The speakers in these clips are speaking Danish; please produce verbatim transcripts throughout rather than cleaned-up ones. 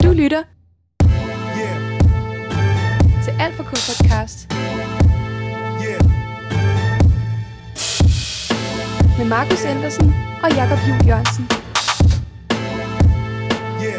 Du lytter yeah. til Alt for K podcast yeah. med Markus Andersen og Jakob Juhl Jørgensen. Yeah.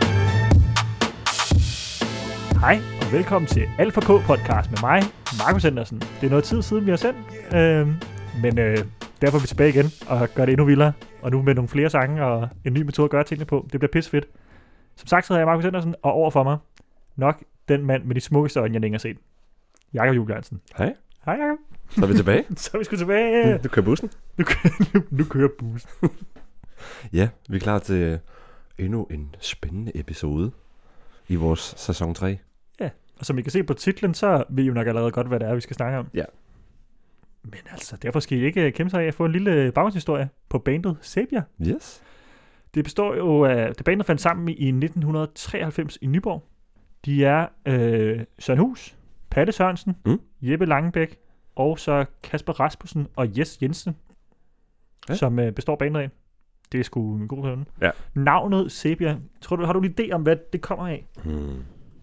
Hej og velkommen til Alt for K podcast med mig, Markus Andersen. Det er noget tid siden vi har sendt, yeah. øh, men øh, derfor er vi tilbage igen og gør det endnu vildere. Og nu med nogle flere sange og en ny metode at gøre tingene på. Det bliver pissefedt. Som sagt så hedder jeg Markus Andersen, og overfor mig nok den mand med de smukkeste øjne, jeg længe har set. Jakob Juhl Jørgensen. Hej. Hej Jakob. Så er vi tilbage. Så er vi sgu tilbage. Nu, du kører bussen. Nu, nu, nu kører bussen. Ja, vi er klar til endnu en spændende episode i vores sæson tre. Ja, og som I kan se på titlen, så ved I jo nok allerede godt, hvad det er, vi skal snakke om. Ja. Men altså, derfor skal I ikke kæmpe sig af at få en lille baggrundshistorie på bandet Savior. Yes. Det består jo af, det bandet fandt sammen i nitten treoghalvfems i Nyborg. De er øh, Søren Hus, Palle Sørensen, mm. Jeppe Langebæk og så Kasper Rasmussen og Jes Jensen, ja. som øh, består bandet af. Det er sgu en god søvn. Ja. Navnet Savior, tror du, har du en idé om, hvad det kommer af? Hmm.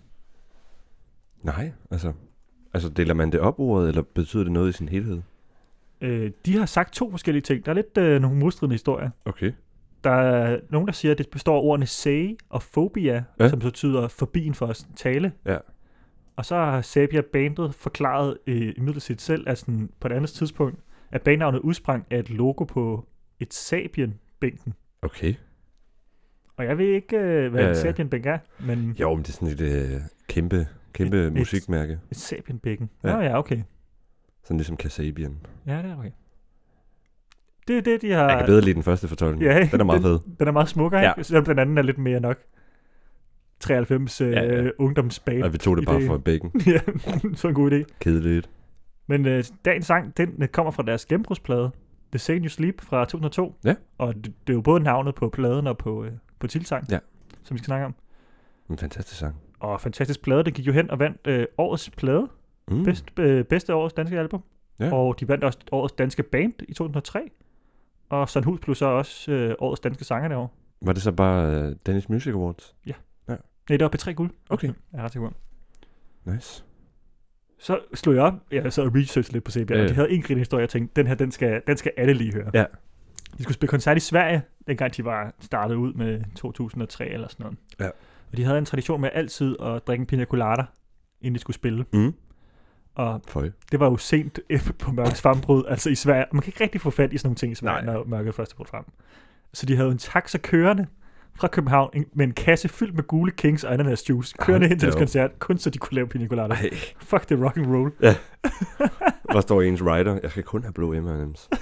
Nej, altså, altså deler man det op ordet, eller betyder det noget i sin helhed? Øh, de har sagt to forskellige ting. Der er lidt øh, nogle modstridende historier. Okay. Der er nogen, der siger, at det består af ordene say og phobia, ja. som betyder forbien for at tale. Ja. Og så har Savior bandet forklaret øh, imidlertid selv, at sådan, på et andet tidspunkt, at bandnavnet udsprang af et logo på et Sapien-bænken. Okay. Og jeg ved ikke, øh, hvad ja, ja. en Sapien-bænk er, men... Jo, men det er sådan et øh, kæmpe, kæmpe et, musikmærke. Et, et Sapien-bænken. Ja. Nå ja, okay. Sådan ligesom Kasabian. Ja, det er okay. Det er det, de har... Jeg kan bedre lide den første fortolkning. Ja, den er meget den, fed. Den er meget smukkere, ja. ikke? Selvom den anden er lidt mere nok treoghalvfems ja, ja. Øh, ungdomsbane. Og vi tog det bare for bækken. Ja, så en god idé. Kedeligt. Men øh, dagens sang, den kommer fra deres gennembrudsplade, The Sane You Sleep fra to tusind og to. Ja. Og det, det er jo både navnet på pladen og på, øh, på titelsang, ja. som vi skal snakke om. En fantastisk sang. Og fantastisk plade. Det gik jo hen og vandt øh, årets plade. Mm. Best, øh, bedste årets danske album. Ja. Og de vandt også årets danske band i to tusind og tre. Og Søren Hus plus så også øh, årets danske sanger derovre. Var det så bare uh, Danish Music Awards? Ja. ja. Nej, det var P tre Guld. Okay. Jeg er ret sikker på. Nice. Så slog jeg op, jeg sad og researched lidt på Savior, ja. og de havde en grindehistorie, jeg tænkte, den her, den skal, den skal alle lige høre. Ja. De skulle spille koncert i Sverige, dengang de var startet ud med to tusind og tre eller sådan noget. Ja. Og de havde en tradition med altid at drikke en pina colada, inden de skulle spille. Mm. Og Føj. det var jo sent på mørkets frembrud, altså i Sverige. Man kan ikke rigtig få fat i sådan nogle ting i Sverige, Nej. når mørket først er brudt frem. Så de havde en taxa kørende fra København med en kasse fyldt med gule Kings og ananas juice, kørende hen til deres koncert, kun så de kunne lave pina colada. Ej. Fuck det rock and roll. Ja. Hvor står ens rider? Jeg skal kun have blå M and M's.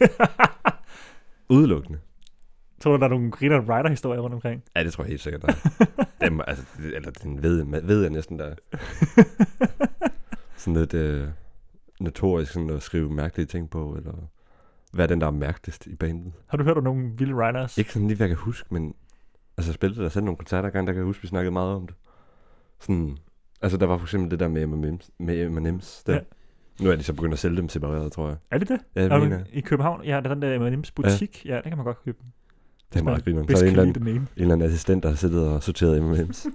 Udelukkende. Tror du, der er nogle griner rider-historier rundt omkring? Ja, det tror jeg helt sikkert, der er. Dem, altså, eller den ved, ved jeg næsten, der er. Sådan lidt øh, notorisk sådan at skrive mærkelige ting på, eller hvad er den, der er mærkeligst i bandet. Har du hørt om nogle vilde riders? Ikke sådan lige, hvad jeg kan huske, men altså jeg spillede der selv nogle koncerter gang, der kan jeg huske, vi snakkede meget om det. Sådan, altså der var for eksempel det der med M and M's. Med M and M's der. Ja. Nu er de så begyndt at sælge dem separeret, tror jeg. Er det det? Ja, jeg mener. I København, ja, der er den der M and M's butik. Ja. ja, det kan man godt købe. Det er meget grineren. Så er der en eller, anden, en eller anden assistent, der har siddet og sorteret M and M's.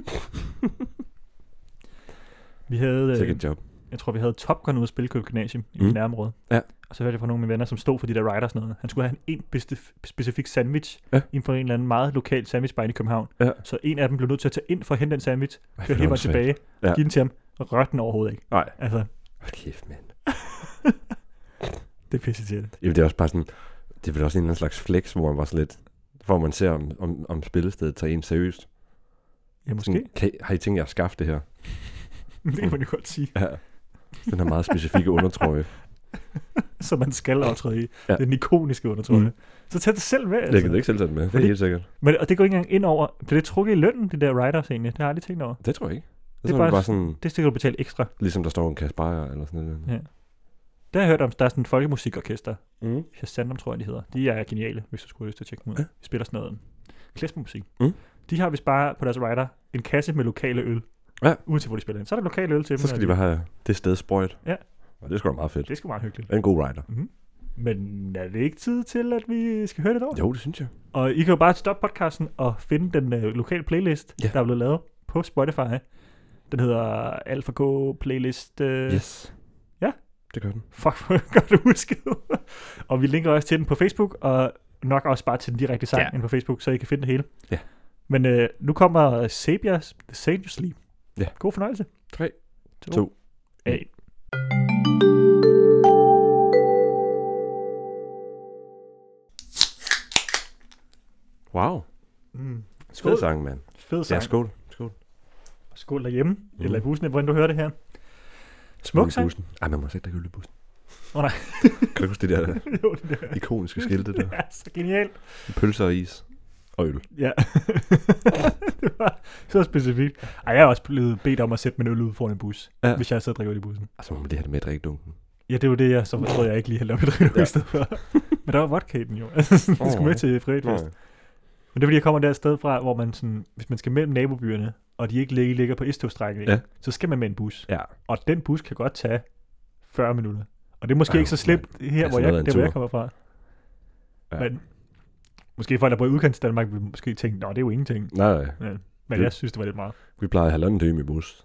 Vi havde... Sikkert job. Jeg tror, vi havde Top Gun ude at spille København Gymnasium i mm. mit nærområde. Ja. Og så hørte jeg fra nogle af mine venner, som stod for de der riders noget. Han skulle have en, en bestif- specifik sandwich ja. inden for en eller anden meget lokal sandwichbar i København. Ja. Så en af dem blev nødt til at tage ind for at hente den sandwich, køre hele tilbage, ja. give den til ham, og rørte den overhovedet ikke. Nej. Altså. Hold kæft, mand. Det er pisse til det. Jo, det er også bare sådan, det er vel også en eller anden slags flex, hvor man var så lidt, hvor man ser, om, om, om spillestedet tager en seriøst. Ja, måske. Sådan, kan, har I tænkt jer at skaffe det her? Det kan man jo godt sige. Ja. Den her meget specifikke undertrøje. Som man skal optræde i. Ja. Den ikoniske undertrøje. Mm. Så tag det selv med. Altså. Det kan du ikke selv tage med, det er helt sikkert. Men, og det går ikke engang ind over, bliver det trukket i lønnen, de der riders egentlig? Det har jeg aldrig tænkt over. Det tror jeg ikke. Det, det er bare, bare sådan, det skal du betale ekstra. Ligesom der står en kasse bajer eller sådan noget. Ja. Det har jeg hørt om, der er sådan en folkemusikorkester. Mm. Shazam, tror jeg, de hedder. De er geniale, hvis du skulle have lyst til at tjekke dem ud. Ja. De spiller sådan noget klezmermusik. Mm. De har vist bare på deres rider en kasse med lokale øl. Ja. Uanset hvor de spiller ind. Så er der lokale øl til dem. Så skal de bare have det sted sprøjt. Ja. Og det er sgu da meget fedt. Det er sgu meget hyggeligt. Det er en god rider. Mm-hmm. Men er det ikke tid til, at vi skal høre det over? Jo, det synes jeg. Og I kan jo bare stoppe podcasten og finde den øh, lokale playlist, Ja. der er blevet lavet på Spotify. Den hedder AlphaGo Playlist. Øh, Yes. Ja. Det gør den. Fuck, hvor godt du husket. Og vi linker også til den på Facebook, og nok også bare til den direkte sang Ja. ind på Facebook, så I kan finde det hele. Ja. Men øh, nu kommer Sabias The Save You Sleep. Ja. God fornøjelse. tre, To. to. A. Wow. Mm. Fed sang, mand. Fed sang. Ja, skål. Skål. Skål derhjemme, Mm. mm. eller i bussen, hvordan du hører det her. Smuk sang. Bussen. Ej, man må ikke drikke øl i bussen. Åh oh, nej. Kan du huske det der Jo, det der. ikoniske skilte der? Ja, så genialt. Pølser og is. Og øl. Ja. Det var så specifikt. Ej, jeg er også blevet bedt om at sætte min øl ud foran en bus, Ja. ja. hvis jeg sidder og drikker øl i bussen. Altså, må man det have det med at drikke dunken. Ja, det var det, jeg så troede jeg ikke lige havde lavet drikke Ja. i stedet for. Men der var vodka i den jo. Altså, sådan, det skulle med til privatfest. Nej. Men det er fordi, jeg kommer der et sted fra, hvor man sådan, hvis man skal mellem nabobyerne, og de ikke ligger, ligger på S-togstrækningen, Ja. så skal man med en bus. Ja. Og den bus kan godt tage fyrre minutter. Og det er måske Ej, ikke så slemt her, hvor sådan jeg, noget af en der, hvor jeg tur. kommer fra. Ja. Men måske folk, der bor i udkants Danmark, vil måske tænke, nå, det er jo ingenting. Nej, nej. Ja. Men Det- jeg synes, det var lidt meget. Vi plejede halvanden time i bus.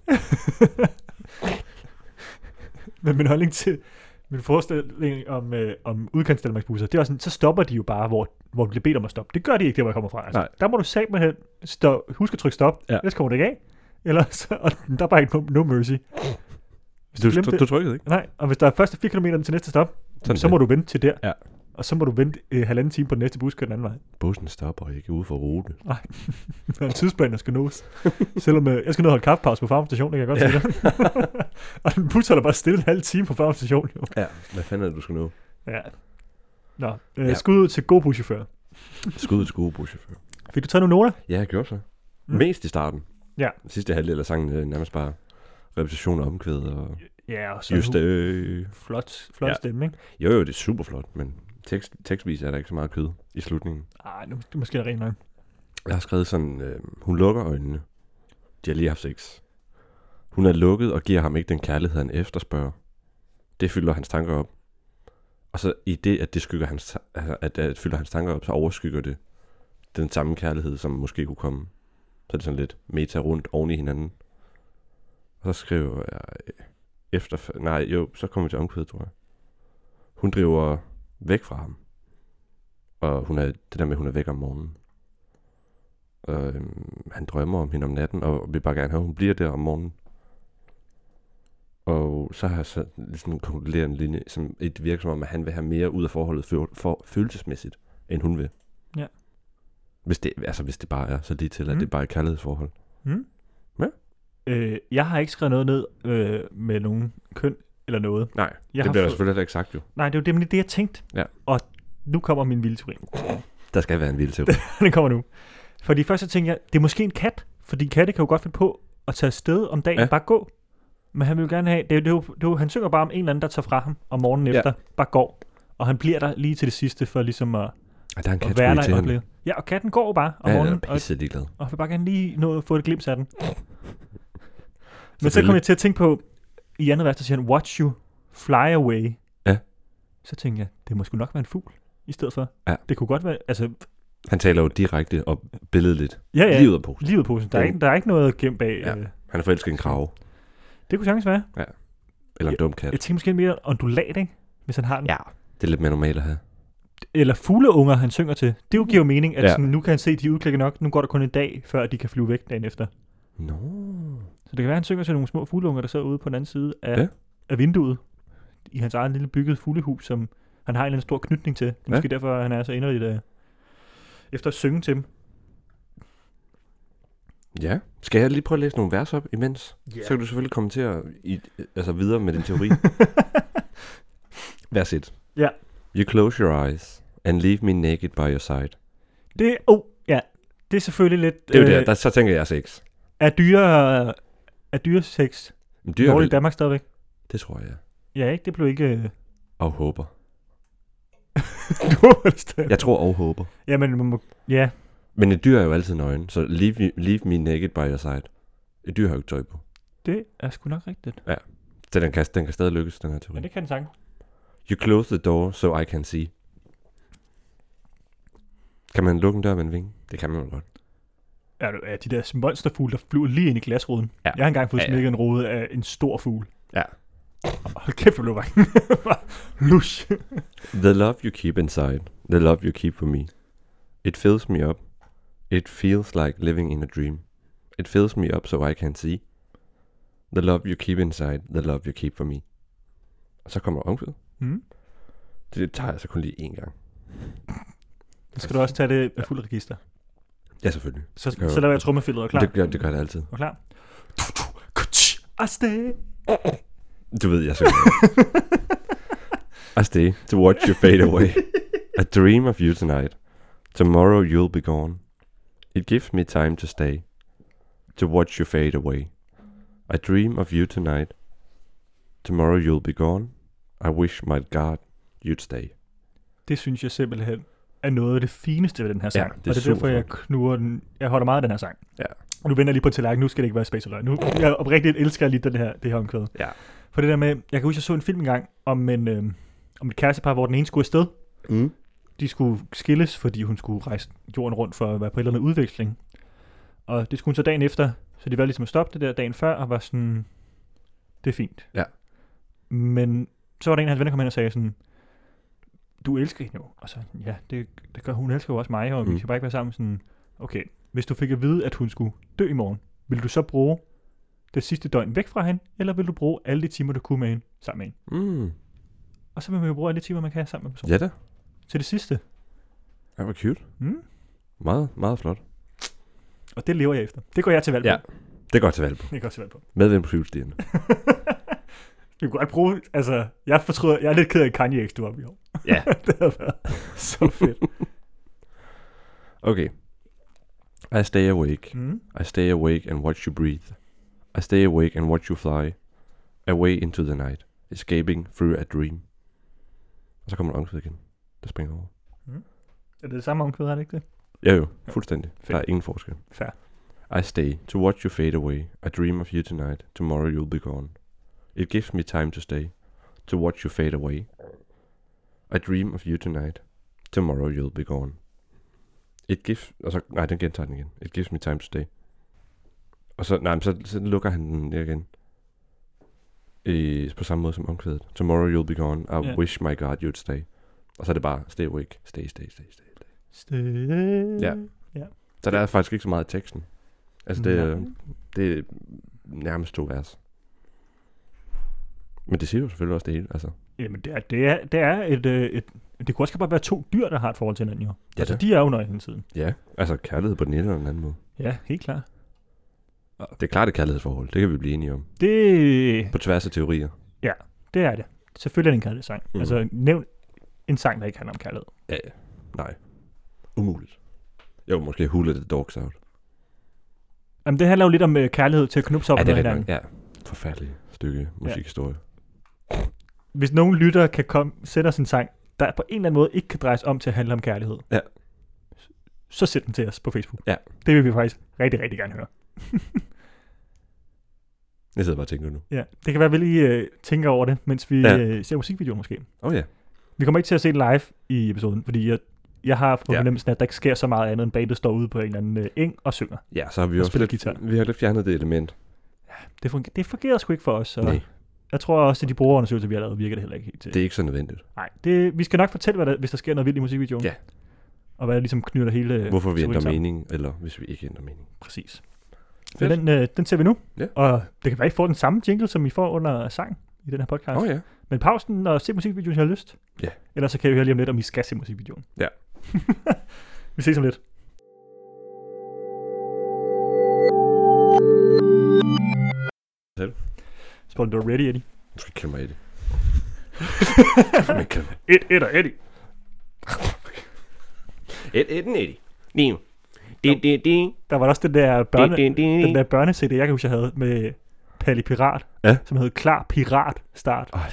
Men min holdning til min forestilling om, øh, om udkants Danmarks busser, det er også sådan, så stopper de jo bare, hvor, hvor du bliver bedt om at stoppe. Det gør de ikke, der hvor jeg kommer fra. Altså, Nej. der må du sagt med hen, stop, husk at trykke stop, Ja. ellers kommer det ikke af. Eller så, og der er bare ikke no, no mercy. Hvis Du, glemte du, det- du trykkede ikke? Nej, og hvis der er første fire kilometer til næste stop, Sådan så det. må du vente til der. Ja. Og så må du vente øh, halvanden time på den næste bus, kører den anden vej. Bussen stopper ikke ude for rute. Der er en tidsplan, der skal nås. Selvom øh, jeg skal ned og holde kaffepause på Farum Station, det kan jeg godt Ja. sige dig. Og den bus holder bare stille en halv time på Farum Station. Jo. Ja. Hvad fanden er det, du skal nå? Ja. Nå, øh, Ja. skud ud til god buschauffør. Skud til gode buschauffør. Fik du taget nogle noter? Ja, jeg gjorde så. Mm. Mest i starten. Ja. Den sidste halvdel af sangen øh, nærmest bare repetition og omkvæd og Ja, og så just hu- øh. flot, flot Ja. ja. stemme, ikke? Jo, jo, det er super flot, men tekst, tekstvis er der ikke så meget kød i slutningen. Ej, nu det er måske rent nok. Jeg har skrevet sådan, øh, hun lukker øjnene. De har lige haft sex. Hun er lukket og giver ham ikke den kærlighed, han efterspørger. Det fylder hans tanker op. Og så i det, at det skygger hans, ta- altså, at det fylder hans tanker op, så overskygger det den samme kærlighed, som måske kunne komme. Så er det sådan lidt meta rundt oven i hinanden. Og så skriver jeg øh, efter... Nej, jo, så kommer vi til omkvædet, tror jeg. Hun driver væk fra ham. Og hun er, det der med, at hun er væk om morgenen. Og øhm, han drømmer om hende om natten, og vil bare gerne have, at hun bliver der om morgenen. Og så har jeg så sådan en konkluderende linje, som et virker som om, at han vil have mere ud af forholdet for, for følelsesmæssigt, end hun vil. Ja. Hvis det, altså hvis det bare er så lige til, at Mm. det bare er et kærlighedsforhold. Mm. Ja. Øh, jeg har ikke skrevet noget ned øh, med nogen køn eller noget. Nej, Jeg det har bliver der fået- selvfølgelig heller ikke sagt jo. Nej, det er jo det, det jeg tænkte. Ja. Og nu kommer min vilde teori. Der skal være en vild teori. Den kommer nu. Fordi først så tænkte jeg, det er måske en kat. Fordi katte kan jo godt finde på at tage afsted om dagen, Ja. ja. bare gå. Men han vil jo gerne have, det er, jo- det, er jo, det er jo, han synger bare om en eller anden, der tager fra ham om morgenen Ja. efter, bare går. Og han bliver der lige til det sidste, for ligesom at, Og der er en at kat være sgu der i til hende. øjeblikket. Ja, og katten går jo bare om Ja, jeg morgenen, er og, pisse ligeglad. og vil bare gerne lige nå at få et glimt af den. Men så kom Selvfølgelig. jeg til at tænke på, i andet vers, der siger han, watch you fly away. Ja. Så tænkte jeg, det må sgu nok være en fugl i stedet for. Ja. Det kunne godt være, altså, Han taler jo direkte og billedligt. ja, ja, Lige ud af posen. livet på Der er, Den- ikke, der er ikke noget gemt bag. Ja. Øh, Han er forelsket i en krave. det kunne sagtens være. Eller en dum kat. Jeg tænker måske mere ondulat, ikke? Hvis han har den. Ja. Det er lidt mere normalt at have. Eller fugleunger, han synger til. Det jo giver jo mening, at Ja. ja. sådan, nu kan han se, at de er udklækket nok. Nu går der kun en dag, før de kan flyve væk dagen efter. Nå. Så det kan være, at han synger til nogle små fugleunger, der sidder ude på den anden side af, Ja. ja. af vinduet. I hans egen lille bygget fuglehus, som han har en eller anden stor knytning til. Det er Ja. måske derfor, han er så inderligt uh, efter at synge til dem. Ja. Skal jeg lige prøve at læse nogle vers op imens? Ja. Så kan du selvfølgelig kommentere i, altså videre med din teori. Vers et. Ja. You close your eyes and leave me naked by your side. Det, oh, ja. Det er selvfølgelig lidt... Det er jo der, der, så tænker jeg sex. Er dyre... Er dyresex Men dyr lovligt i vil, Danmark stadigvæk? det tror jeg. Ja, ikke? Det blev ikke... Uh... Og håber. du håber det stadig. Jeg tror og håber. Jamen, man må... Ja. Men et dyr er jo altid nøgen, så leave me, leave me naked by your side. Et dyr har jo ikke tøj på. Det er sgu nok rigtigt. Så den kan, den kan stadig lykkes, den her teori. Ja, det kan den sagtens. You close the door, so I can see. Kan man lukke en dør med en vinge? Det kan man jo godt. Er du er de der monsterfugle, der flyver lige ind i glasruden? Ja. Jeg har engang fået Ja, ja. smækket en rode af en stor fugl. Ja. Hold kæft, hvor blev bange. Lush. The love you keep inside, the love you keep for me. It fills me up. It feels like living in a dream. It fills me up so I can see. The love you keep inside, the love you keep for me. Og så kommer omkvædet. Mm. Det tager jeg så kun lige én gang. Så skal du også tage det med fuld register. Ja, selvfølgelig. Så, Det gør så jeg. laver jeg trommefillet og klar. Det gør, det gør det altid. Og klar. I stay. Du ved, jeg synger. I stay to watch you fade away. I dream of you tonight. Tomorrow you'll be gone. It gives me time to stay. To watch you fade away. I dream of you tonight. Tomorrow you'll be gone. I wish my God you'd stay. Det synes jeg simpelthen er noget af det fineste ved den her sang. Ja, det er og det er derfor, jeg superflot. knurrer den. Jeg holder meget af den her sang. Ja. Og nu vender jeg lige på tallerken. Nu skal det ikke være Space Alert. Nu jeg oprigtigt elsker lige det her, det her omkvæd. Ja. For det der med, jeg kan huske, jeg så en film engang om, en, øh, om et kærestepar, hvor den ene skulle afsted. Mm. De skulle skilles, fordi hun skulle rejse jorden rundt for at være på et eller andet udveksling. Og det skulle hun så dagen efter, så de valgte ligesom at stoppe det der dagen før, og var sådan, det er fint. Ja. Men så var der en af hans venner, kom hen og sagde sådan, du elsker hende jo. Og så, ja, det, det gør hun, elsker jo også mig, og mm. vi skal bare ikke være sammen. Sådan, okay, hvis du fik at vide, at hun skulle dø i morgen, vil du så bruge det sidste døgn væk fra hende, eller vil du bruge alle de timer, du kunne med hende, sammen med hende? Mm. Og så vil man jo bruge alle de timer, man kan have sammen med personen. Ja da. Til det sidste. Ja, hvor cute. Mm. Meget, meget flot. Og det lever jeg efter. Det går jeg til valg på. Ja, det går til valg på. Det går jeg til valg på. Medvind på cykelstierne. Vi kunne godt bruge, altså, jeg fortryder, jeg er lidt ked af Kanye X, du var i år. Ja. Det havde været så fedt. Okay. I stay awake. Mm. I stay awake and watch you breathe. I stay awake and watch you fly. Away into the night. Escaping through a dream. Og så kommer der omkvæd igen. Det springer over. Mm. Er det det samme omkvæd, er det ikke det? Ja jo, fuldstændig. Fedt. Der er ingen forskel. Fair. I stay to watch you fade away. I dream of you tonight. Tomorrow you'll be gone. It gives me time to stay. To watch you fade away. I dream of you tonight. Tomorrow you'll be gone. It gives... Og så... Nej, den gentager den igen. It gives me time to stay. Og så... Nej, men så, så lukker han den igen. I, på samme måde som omkvædet. Tomorrow you'll be gone. I Yeah. wish my God you'd stay. Og så er det bare stay awake. Stay, stay, stay, stay. stay. Stay. Ja. Ja. Så der er faktisk ikke så meget i teksten. Altså det, Nej. er, det er nærmest to vers. Men det siger jo selvfølgelig også det hele. Altså. Jamen, det er, det er, det er et, øh, et... Det kunne også bare være to dyr, der har et forhold til hinanden, jo. Ja, Altså, da. de er jo nøje hele tiden. Ja, altså kærlighed på den ene eller den anden måde. Ja, helt klart. Det er klart et kærlighedsforhold. Det kan vi blive enige om. Det, På tværs af teorier. det er det. Selvfølgelig er det en kærlighedssang. Mhm. Mm. Altså, nævn en sang, der ikke handler om kærlighed. Ja, ja. Nej. Umuligt. Jo, måske Who Let the Dogs Out. Jamen, det handler jo lidt om øh, kærlighed til at knuppe sig op Ja, med det er hinanden. rigtigt. Ja. Forfærdeligt stykke musikhistorie. Hvis nogen lytter kan komme, sætte os en sang, der på en eller anden måde ikke kan drejes om til at handle om kærlighed, Ja. så sæt den til os på Facebook. Ja. Det vil vi faktisk rigtig, rigtig gerne høre. Jeg sidder bare og tænker nu. Ja, det kan være, at vi lige øh, tænker over det, mens vi Ja. øh, ser musikvideoen måske. Åh oh, ja. Vi kommer ikke til at se det live i episoden, fordi jeg, jeg har på Ja. fornemmelsen, at der ikke sker så meget andet, end bandet står ude på en eller anden øh, eng og synger. Ja, så har vi Og også spiller lidt, guitar. vi har lidt fjernet det element. Det, funger, det fungerer sgu ikke for os, så Nej, jeg tror også, at de brugerundersøgelser, vi har lavet, virker det heller ikke helt til. det er ikke så nødvendigt. Nej, det, vi skal nok fortælle, hvad der, hvis der sker noget vildt i musikvideoen. Ja. Og hvad der ligesom knytter hele... Hvorfor vi teorien ændrer sammen. mening, eller hvis vi ikke ændrer mening. Præcis. Så Fedt. den, øh, den ser vi nu. Ja. Og det kan være, at I får den samme jingle, som I får under sang i den her podcast. Åh oh, ja. Men pausen og se musikvideoen, hvis I har lyst. Ja. Ellers så kan vi høre lige om lidt, om I skal se musikvideoen. Ja. Vi ses om lidt. Selv. Spørg, du er ready, Eddie. Du skal kalde mig Eddie. Men kalde mig. Et, et og Eddie. Et, et, en Eddie. Niu. Di, di, di. Der var også den der, børne, Di, di, di. den der børne-C D, jeg kan huske, jeg havde med Palle Pirat, Ja. som hed Klar Pirat Start. Ej.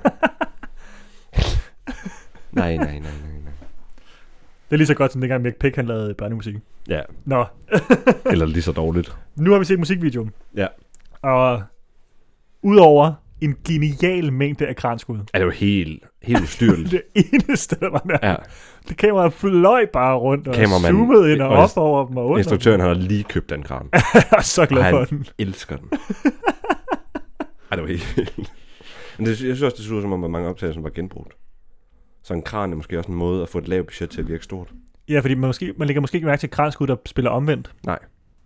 nej, nej, nej, nej, nej. Det er lige så godt, som dengang Mick Pick, han lavede børnemusik. Ja, Nå, eller lige så dårligt. nu har vi set musikvideoen. Ja. Og udover en genial mængde af kranskud. Er det jo helt, helt ustyrligt. Det eneste, der var der. Ja. Det kameraet fløj bare rundt og Kameramanden- zoomede ind og, og op over dem og under. Instruktøren har lige købt den kran. Jeg er så glad Og for han den. elsker den. Ej, det var helt vildt. Men det, jeg synes også, det så ud som om, at mange optagelser var genbrugt. Så en kran er måske også en måde at få et lavt budget til at virke stort. Ja, fordi man, måske, man lægger måske ikke mærke til kranskud, der spiller omvendt. Nej.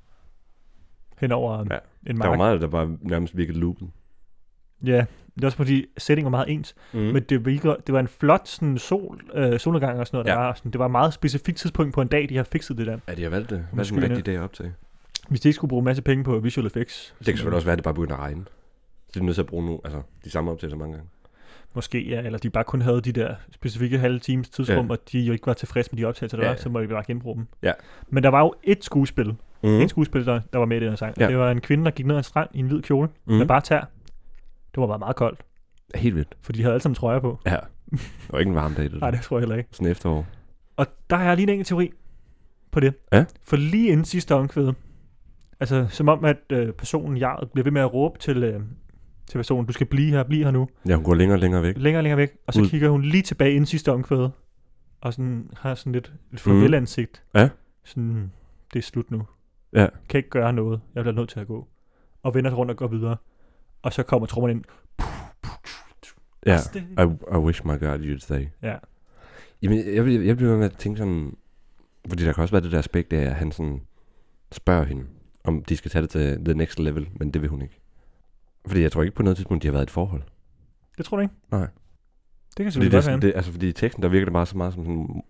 Henover Ja. en Der mark. var meget, der bare nærmest virkede loopet. Ja, det er også fordi setting var meget ens. Mm. Men det, virker, det var en flot sådan, sol, øh, solnedgang og sådan noget. Ja. Der var, sådan, det var et meget specifikt tidspunkt på en dag, de har fikset det der. Ja, de har valgt det. Hvad er Måske den rigtige dag op til? Hvis de ikke skulle bruge en masse penge på visual effects. Det kan selvfølgelig også være, at det bare begynder at regne. Så de er nødt til at bruge nu, altså de samme optagelser mange gange. Måske, ja. Eller de bare kun havde de der specifikke halve times tidsrum, Ja. og de jo ikke var tilfredse med de optagelser, der Ja, var, ja. så må vi bare genbruge dem. Ja. Men der var jo et skuespil. Mm. En skuespil, der, der var med i den her sang. Ja. Ja. Det var en kvinde, der gik ned ad en strand i en hvid kjole Mm. med bare tær. Det var bare meget koldt, Helt vildt. for de havde alle sammen trøjer på. Ja. Og ikke en varm dag, det Nej, der. det tror jeg heller ikke. Sådan efterår. Og der har jeg lige en enkelt teori på det. Ja. For lige inden sidste omkvæde, altså som om, at øh, personen, jeg bliver ved med at råbe til, øh, til personen, du skal blive her, blive her nu, Ja, hun går længere og længere væk. længere og længere væk, og så Ud. kigger hun lige tilbage inden sidste omkvæde, og sådan, har sådan lidt et farvelansigt. Ja. Sådan, det er slut nu. Ja. Kan ikke gøre noget. Jeg bliver nødt til at gå. Og vender sig rundt og går videre. Og så kommer trommerne ind. Ja. Altså, det- I, I wish my God you'd stay. Ja. Jamen, jeg, jeg, jeg bliver ved med at tænke sådan... Fordi der kan også være det der aspekt af, at han sådan spørger hende, om de skal tage det til the next level, men det vil hun ikke. Fordi jeg tror ikke på noget tidspunkt, de har været i et forhold. Det tror du ikke? Nej. Det kan Fordi, selvfølgelig det, er godt sådan- være. det, altså, fordi i teksten, der virker det bare så meget som sådan,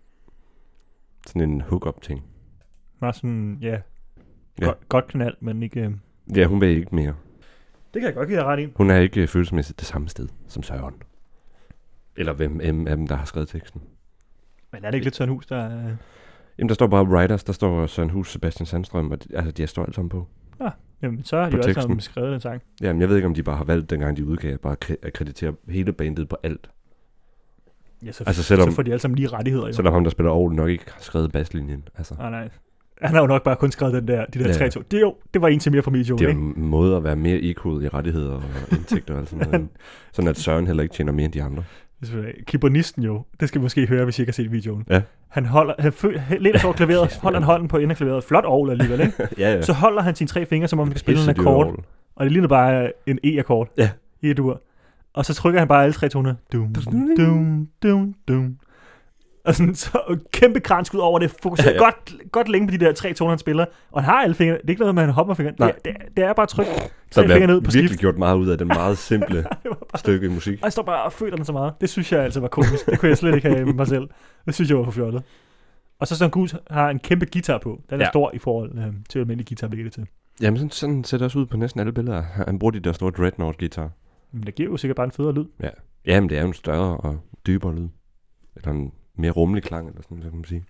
sådan en hook-up ting. Meget sådan, ja, Ja. Godt, godt knald, men ikke... Øh... Ja, hun vil ikke mere. Det kan jeg godt give dig ret i. Hun er ikke øh, følelsesmæssigt det samme sted som Søren. Eller hvem em, af dem, der har skrevet teksten. Men er det ikke lidt sådan en hus, der... Øh... Jamen, der står bare writers, der står Søren Hus, Sebastian Sandstrøm, og de, altså, de står alle sammen på. Jamen, så har de På jo alle teksten. sammen skrevet den sang. Jamen, jeg ved ikke, om de bare har valgt, dengang de udgav, bare at kre- at kreditere hele bandet på alt. Ja, så, Altså, selvom- så får de alle sammen lige rettigheder. Jo. Selvom ham, der spiller Aarhus, nok ikke har skrevet basslinjen. Altså, Ah, nej. Han har jo nok bare kun skrevet den der, de der Ja. tre to. Det, er jo, det var en til mere fra Medium, det er jo ikke? en måde at være mere equal i rettigheder og indtægter og alt sådan noget. Sådan at Søren heller ikke tjener mere end de andre. Det er selvfølgelig- Keyboardisten jo, det skal vi måske høre, hvis I ikke har set videoen. Ja. Han holder, han fø, lidt så over klaveret, holder han hånden på enden af klaveret. Flot orgel alligevel, ikke? ja, ja. Så holder han sine tre fingre, som om han skal spille en Pissedyr akkord. orgel. Og det ligner bare en E-akkord. Ja. I et ur. Og så trykker han bare alle tre toner. Dum, dum, dum, dum. Og sådan så kæmpe kranskud over det. Fokuserer Ja, ja. godt, godt længe på de der tre toner, han spiller. Og han har alle fingre. Det er ikke noget med, at han hopper fingrene. Nej. Det, er- det, er- det er bare tryk. Så Tre der fingre ned på bliver virkelig skift. gjort meget ud af den meget simple Det var bare, stykke musik. og jeg står bare og føler den så meget. Det synes jeg altså var komisk. Det kunne jeg slet ikke have med mig selv. Det synes jeg var for fjollet. Og så Søren Gus har en kæmpe guitar på. Den er Ja. stor i forhold øh, til almindelig guitar, hvilket det til. Jamen, sådan, sådan ser det også ud på næsten alle billeder. Han bruger de der store dreadnought-guitar. Men det giver jo sikkert bare en federe lyd. Ja. Jamen, det er jo en større og dybere lyd. Eller en mere rummelig klang, eller sådan, så kan man sige.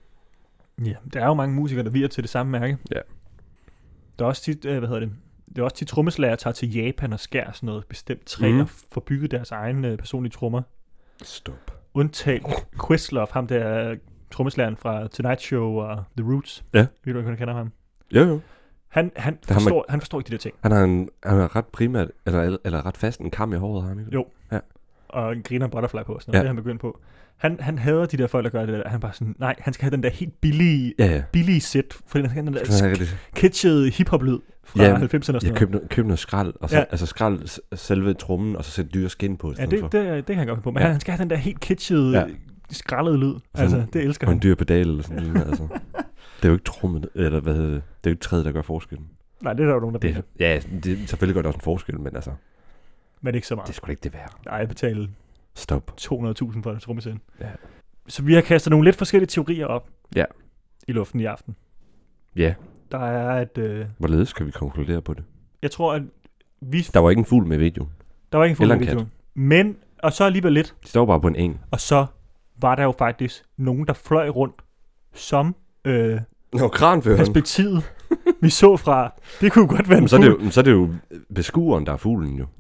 Ja, der er jo mange musikere, der virker til det samme mærke. Ja. Der er også tit, øh, hvad hedder det, det er også tit trommeslager tager til Japan og skærer sådan noget bestemt træ Mhm. mm. og får bygget deres egen øh, personlige trommer. Stop. Undtagen Questlove, ham der øh, trommeslageren fra Tonight Show og The Roots. Ja. Ved du, ikke, kender ham? Jo, jo. Han, han, Der har man- forstår, han forstår ikke de der ting. Han har, en, han har ret primært, eller, eller ret fast en kam i håret, har han ikke? Jo. Ja. Og en griner butterfly på, sådan noget. Ja. Det er han begyndt på. Han, han hader de der folk, der gør det der. Han er bare sådan, nej, han skal have den der helt billige, Ja, ja. billige sæt, for han skal have den der Så er sk- det, kitschede hip-hop-lyd fra Ja, halvfemserne og sådan jeg noget. købte, noget- købte noget skrald, og så, Ja. ja. altså skrald s- selve trommen, og så sætte dyr skin på i Ja, stedet det, for. det, det kan han godt finde på. Men Ja. ja. han skal have den der helt kitschede, Ja. ja. skraldede lyd. Sådan- Altså, det elsker Og han. en dyr pedal, eller sådan noget. Altså. Det er jo ikke trommen, eller hvad hedder det? Det er jo ikke træet, der gør forskellen. Nej, det er der jo nogen, der Det, det, ja, det, selvfølgelig gør det også en forskel, men altså, men ikke så meget. det skulle ikke det være. Nej, jeg betaler Stop. to hundrede tusind for et trommesæt. Ja. Så vi har kastet nogle lidt forskellige teorier op Ja. i luften i aften. Ja, Der er et... Øh, hvorledes skal vi konkludere på det? jeg tror, at vi... Der var ikke en fugl med i videoen. Der var ikke en eller fuld en kat. video. Men, og så alligevel lidt. De står bare på en eng. Og så var der jo faktisk nogen, der fløj rundt som øh, Nå, kranføren. perspektivet, vi så fra. Det kunne godt være en Men så, er det fugl. jo, så er det jo beskueren, der er fuglen jo.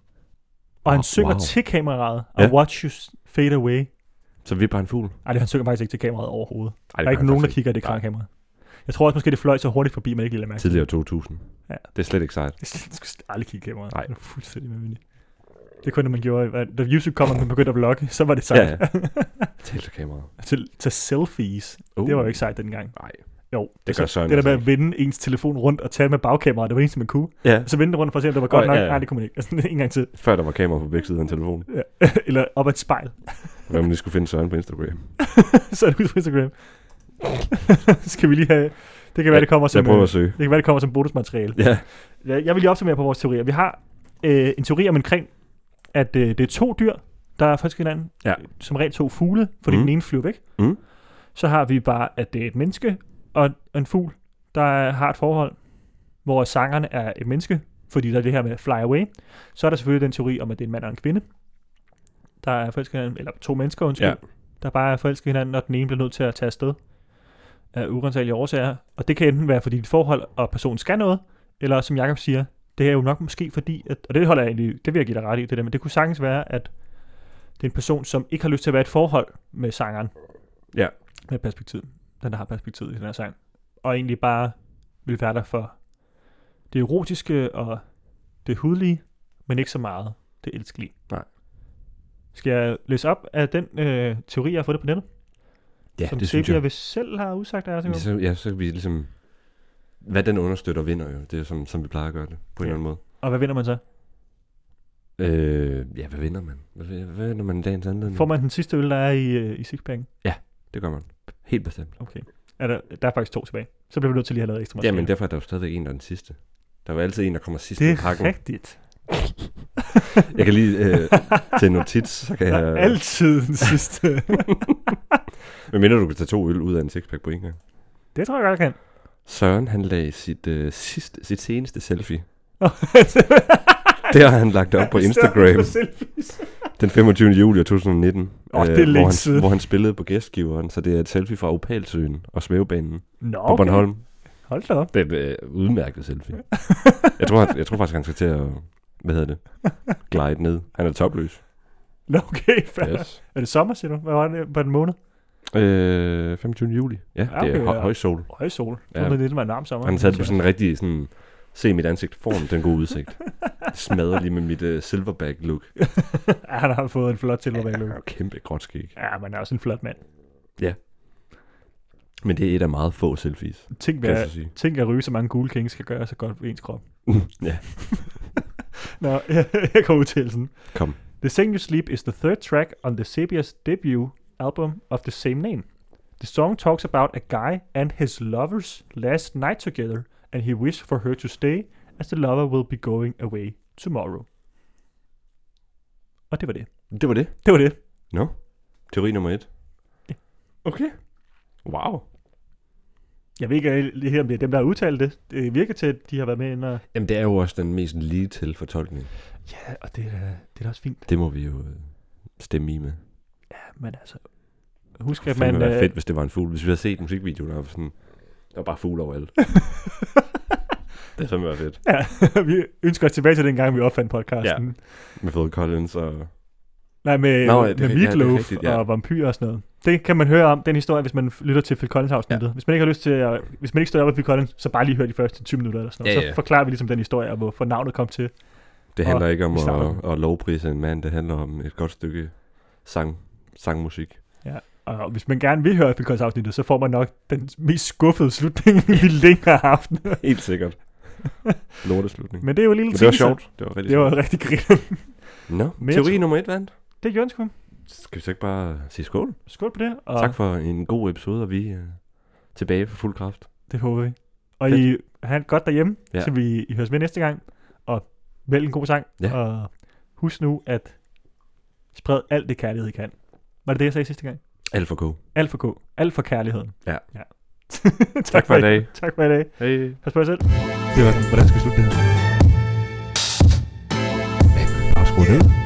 Og han Wow, synger wow. til kameraet. Ja. Og Watch You Fade Away. Så vi er bare en fugl. Nej, han synger faktisk ikke til kameraet overhovedet. Ej, Der er ikke nogen, der faktisk kigger i det Nej. krankamera. Jeg tror også måske, det fløj så hurtigt forbi, man ikke lige lader mærke til. Tidligere to tusind. Ja. Det er slet ikke sejt. Jeg skal aldrig kigge i kameraet. Nej. Det er fuldstændig vanvittigt. Det kunne man gjorde, da YouTube kom, og man begyndte at vlogge, så var det sejt. Ja, ja. Tal til kameraet. til, til selfies. Uh. Det var jo ikke sejt dengang. Nej. Jo, Det gør Søren det der med altså at vende ens telefon rundt og tage med bagkameraet, det var det eneste, man kunne. Ja. Og så vende det rundt for at se, om det var godt Oh, nok. ja, ja. Nej, det kunne man ikke. Altså, en gang til. Før der var kamera på begge sider af en telefon. Ja. Eller op ad et spejl. Hvad man lige skulle finde Søren på Instagram. Så er det ud på Instagram. Skal vi lige have... Det kan være, det kommer som, Jeg prøver at søge. det kan være, det kommer som bonusmateriale. Ja. Jeg vil lige opsummere på vores teorier. Vi har øh, en teori om omkring, at øh, det er to dyr, der er faktisk hinanden. Ja. Som regel to fugle, fordi Mm. den ene flyver væk. Mm. Så har vi bare, at det er et menneske og en fugl, der har et forhold, hvor sangeren er et menneske, fordi der er det her med fly away. Så er der selvfølgelig den teori om, at det er en mand og en kvinde, der er forelsket hinanden, eller to mennesker, undskyld, Ja. der bare er forelsket hinanden, og den ene bliver nødt til at tage afsted af urensagelige årsager. Og det kan enten være, fordi dit forhold og personen skal noget, eller som Jakob siger, det er jo nok måske fordi, at, og det holder jeg egentlig, det vil jeg give dig ret i, det der, men det kunne sagtens være, at det er en person, som ikke har lyst til at være i et forhold med sangeren. Ja. Med perspektiv. Den, der har perspektiv i den her sang. Og egentlig bare vil være der for det erotiske og det hudlige, men ikke så meget det elskelige. Nej. Skal jeg læse op af den øh, teori, jeg har fået det på nettet? Ja, som det synes Sepia jeg. vil selv har udsagt af Så, ja, så kan vi ligesom... Hvad den understøtter, vinder jo. Det er som, som vi plejer at gøre det, på en Ja. eller anden måde. Og hvad vinder man så? Øh, ja, hvad vinder man? Hvad, hvad vinder man i dagens anledning? Får man den sidste øl, der er i, øh, i sixpacken? Det gør man. Helt bestemt. Okay. Er der, der er faktisk to tilbage. Så bliver vi nødt til lige at have lavet ekstra Ja, materiale. men derfor er der jo stadigvæk en, der er den sidste. Der er jo altid en, der kommer sidst det i er pakken. rigtigt. Jeg kan lige øh, til notits, så kan Der er jeg... altid den sidste. Men mindre du kan tage to øl ud af en sixpack på en gang. Det tror jeg godt, jeg kan. Søren, han lagde sit, øh, sidste, sit seneste selfie. Det har han lagt op på Instagram den femogtyvende juli to tusind nitten. Åh, det er øh, hvor, længe han, siden. hvor han spillede på gæstgiveren, så det er et selfie fra Opalsøen og svævebanen Nå, på okay. Bornholm. Hold da op. Det er et øh, udmærket selfie. jeg, tror, han, jeg tror faktisk, han skal til at, hvad hedder det, glide ned. Han er topløs. Nå, okay. Fair. Yes. Er det sommer, siger du? Hvad var det på den måned? Øh, femogtyvende juli. Ja, det Okay, er høj, ja. høj sol. Høj sol. Ja. Ja. Det var en varm sommer. Han satte på sådan en rigtig sådan, se mit ansigt foran den gode udsigt. Smadrer lige med mit uh, silverback look. Ja, han har fået en flot silverback Han look. er jo kæmpe gråt skæg. Ja, men han er også en flot mand. Men det er et af meget få selfies, Tænk, kan jeg hvad, så sige. tænk at ryge så mange gule kings skal gøre så godt ved ens krop. Ja, Nå, jeg, jeg går ud til sådan. kom. The Sing You Sleep is the third track on the Sepia's debut album of the same name. The song talks about a guy and his lover's last night together, and he wished for her to stay, as the lover will be going away tomorrow. Og det var det. Det var det. Det var det. Nå, teori nummer et. Ja. Okay. Wow. Jeg ved ikke lige her, om det er dem, der har udtalt det. Det virker til, at de har været med ind og... Jamen, det er jo også den mest lige til fortolkning. Ja, og det er, da- det er da også fint. Det må vi jo øh, stemme i med. Ja, men altså... Husk, Det at ville man... være øh, fedt, hvis det var en fugl. Hvis vi havde set musikvideoen, der var sådan... Der var bare fugle overalt. Det er fandme være fedt. Ja, vi ønsker os tilbage til den gang, vi opfandt podcasten. Ja. Med Phil Collins og... Nej, med, Nå, Nå, ja, det med er rigtigt, ja, det er Meatloaf rigtigt, ja. og vampyrer og sådan noget. Det kan man høre om, den historie, hvis man lytter til Phil Collins-afsnittet. Ja. Hvis man ikke har lyst til at, hvis man ikke står op af Phil Collins, så bare lige hør de første tyve minutter eller sådan noget. Ja, ja. Så forklarer vi ligesom den historie, og hvorfor navnet kom til. Det handler Og ikke om vi starter at, at lovprise en mand. Det handler om et godt stykke sang, sangmusik. Og hvis man gerne vil høre Phil Collins-afsnittet, så får man nok den mest skuffede slutning, vi længe har haft. Helt sikkert. Lorteslutning. Men det er jo en lille Men det var teaser. sjovt. Det var rigtig Det var sjovt. rigtig griner. Nå, Men jeg teori tror- nummer et vandt. Det gjorde sgu. Skal vi så ikke bare sige skål? Skål på det. Og Tak for en god episode, og vi er tilbage på fuld kraft. det håber vi. Og Fedt. I har det godt derhjemme, Ja. ja. til vi I høres med næste gang. Og vælg en god sang. Ja. Og husk nu at spred alt det kærlighed, I kan. Var det det, jeg sagde sidste gang? Alt for god. Alt for god. Alt for kærligheden. Ja. ja. Tak for i dag. Tak for i dag. Hej. Pas på jer selv. Det var den. Hvordan skal vi slutte det her? Bare skru ned.